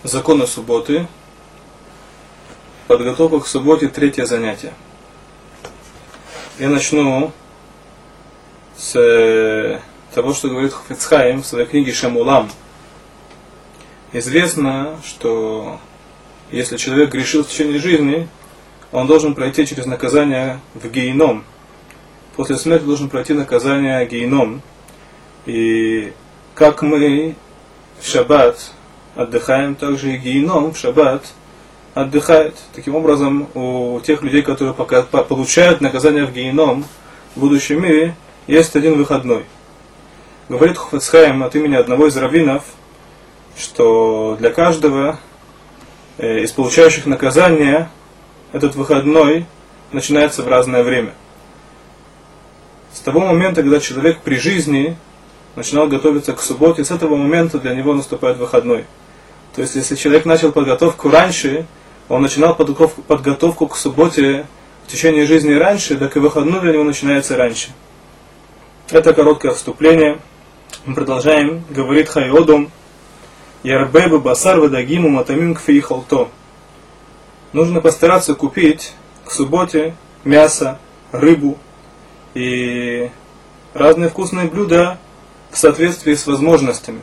Законы субботы. Подготовка к субботе, третье занятие. Я начну с того, что говорит Хафец Хаим в своей книге Шамулам. Известно, что если человек грешил в течение жизни, он должен пройти через наказание в гееном. После смерти должен пройти наказание гееном. И как мы в шаббат отдыхаем, также и гееном в шаббат отдыхает. Таким образом, у тех людей, которые получают наказание в гееном в будущем мире, есть один выходной. Говорит Хафец Хаим от имени одного из раввинов, что для каждого из получающих наказание этот выходной начинается в разное время. С того момента, когда человек при жизни начинал готовиться к субботе, с этого момента для него наступает выходной. То есть, если человек начал подготовку раньше, он начинал подготовку к субботе в течение жизни раньше, так и выходной для него начинается раньше. Это короткое вступление. Мы продолжаем. Говорит Хайодом: Ярбе басар вадагиму матамим кфи халто. Нужно постараться купить к субботе мясо, рыбу и разные вкусные блюда в соответствии с возможностями.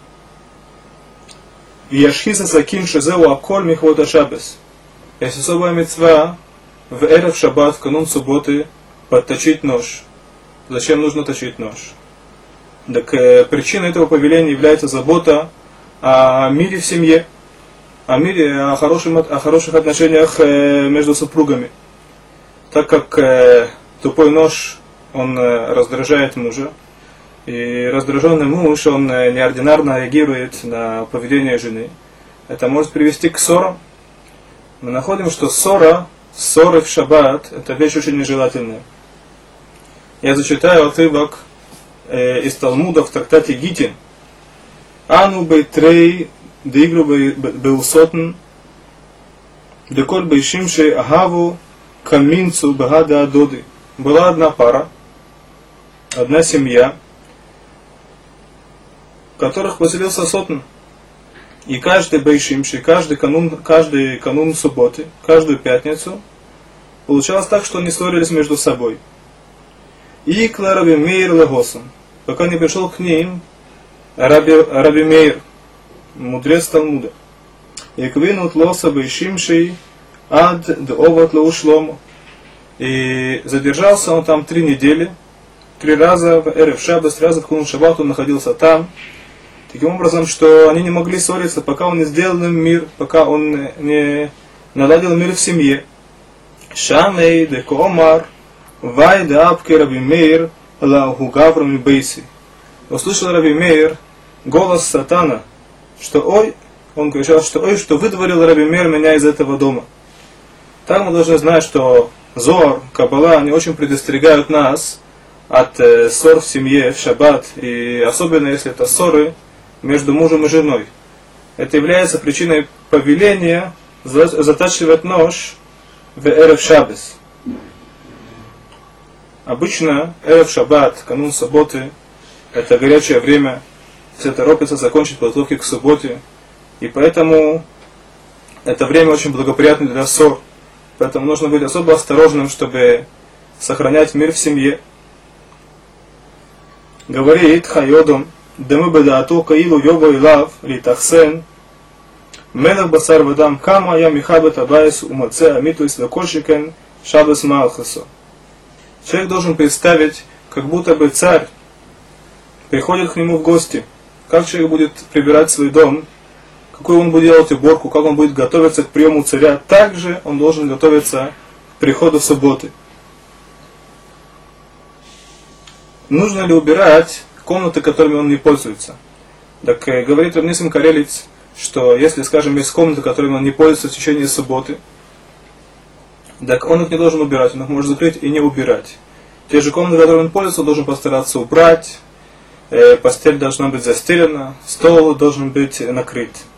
Яшхиса саким шезеу аколь михвота шабес. Есть особая мицва в эрев шаббат, в канун субботы, подточить нож. Зачем нужно точить нож? Так причиной этого повеления является забота о мире в семье, о мире, о хороших отношениях между супругами. Так как тупой нож, он раздражает мужа, и раздраженный муж, он неординарно реагирует на поведение жены. Это может привести к ссорам. Мы находим, что ссоры в шаббат, это вещь очень нежелательная. Я зачитаю отрывок из Талмуда в трактате Гитин. Ану бейтрей деигру беусотн деколь бейшимшей агаву каминцу багада адоды. Была одна пара, одна семья, в которых поселился сотн. И каждый бейшимши, каждый канун субботы, каждую пятницу, получалось так, что они ссорились между собой. И к Раби Меир Лагосом, пока не пришел к ним Раби Меир, мудрец Талмуда. И квинут лоса бейшимши ад деоват лаушлому. И задержался он там 3 недели, 3 раза в эрев шаббат, 3 раза в канун шаббат он находился там. Таким образом, что они не могли ссориться, пока он не сделал им мир, пока он не наладил мир в семье. Шамей де коомар вай де апке Раби Меир лауху гаврами бейси. Услышал Раби Меир голос сатана, что он кричал, что выдворил Раби Меир меня из этого дома. Так мы должны знать, что Зоар, Каббала, они очень предостерегают нас от ссор в семье, в шаббат, и особенно если это ссоры между мужем и женой. Это является причиной повеления затачивать нож в эрев шаббес. Обычно эрев шаббат, канун субботы, это горячее время, все торопятся закончить подготовки к субботе, и поэтому это время очень благоприятно для ссор. Поэтому нужно быть особо осторожным, чтобы сохранять мир в семье. Говорит Хайодом: Демы бедаату каилу йоба илав литахсен мелах басар вадам кама я михабет абайс умаце амиту ислакольшикен шабес малхасо. Человек должен представить, как будто бы царь приходит к нему в гости. Как человек будет прибирать свой дом, какую он будет делать уборку, как он будет готовиться к приему царя, также он должен готовиться к приходу субботы. Нужно ли убирать комнаты, которыми он не пользуется? Так говорит Рав Нисим Карелиц, что если, скажем, есть комнаты, которыми он не пользуется в течение субботы, так он их не должен убирать, он их может закрыть и не убирать. Те же комнаты, которыми он пользуется, он должен постараться убрать, постель должна быть застелена, стол должен быть накрыт.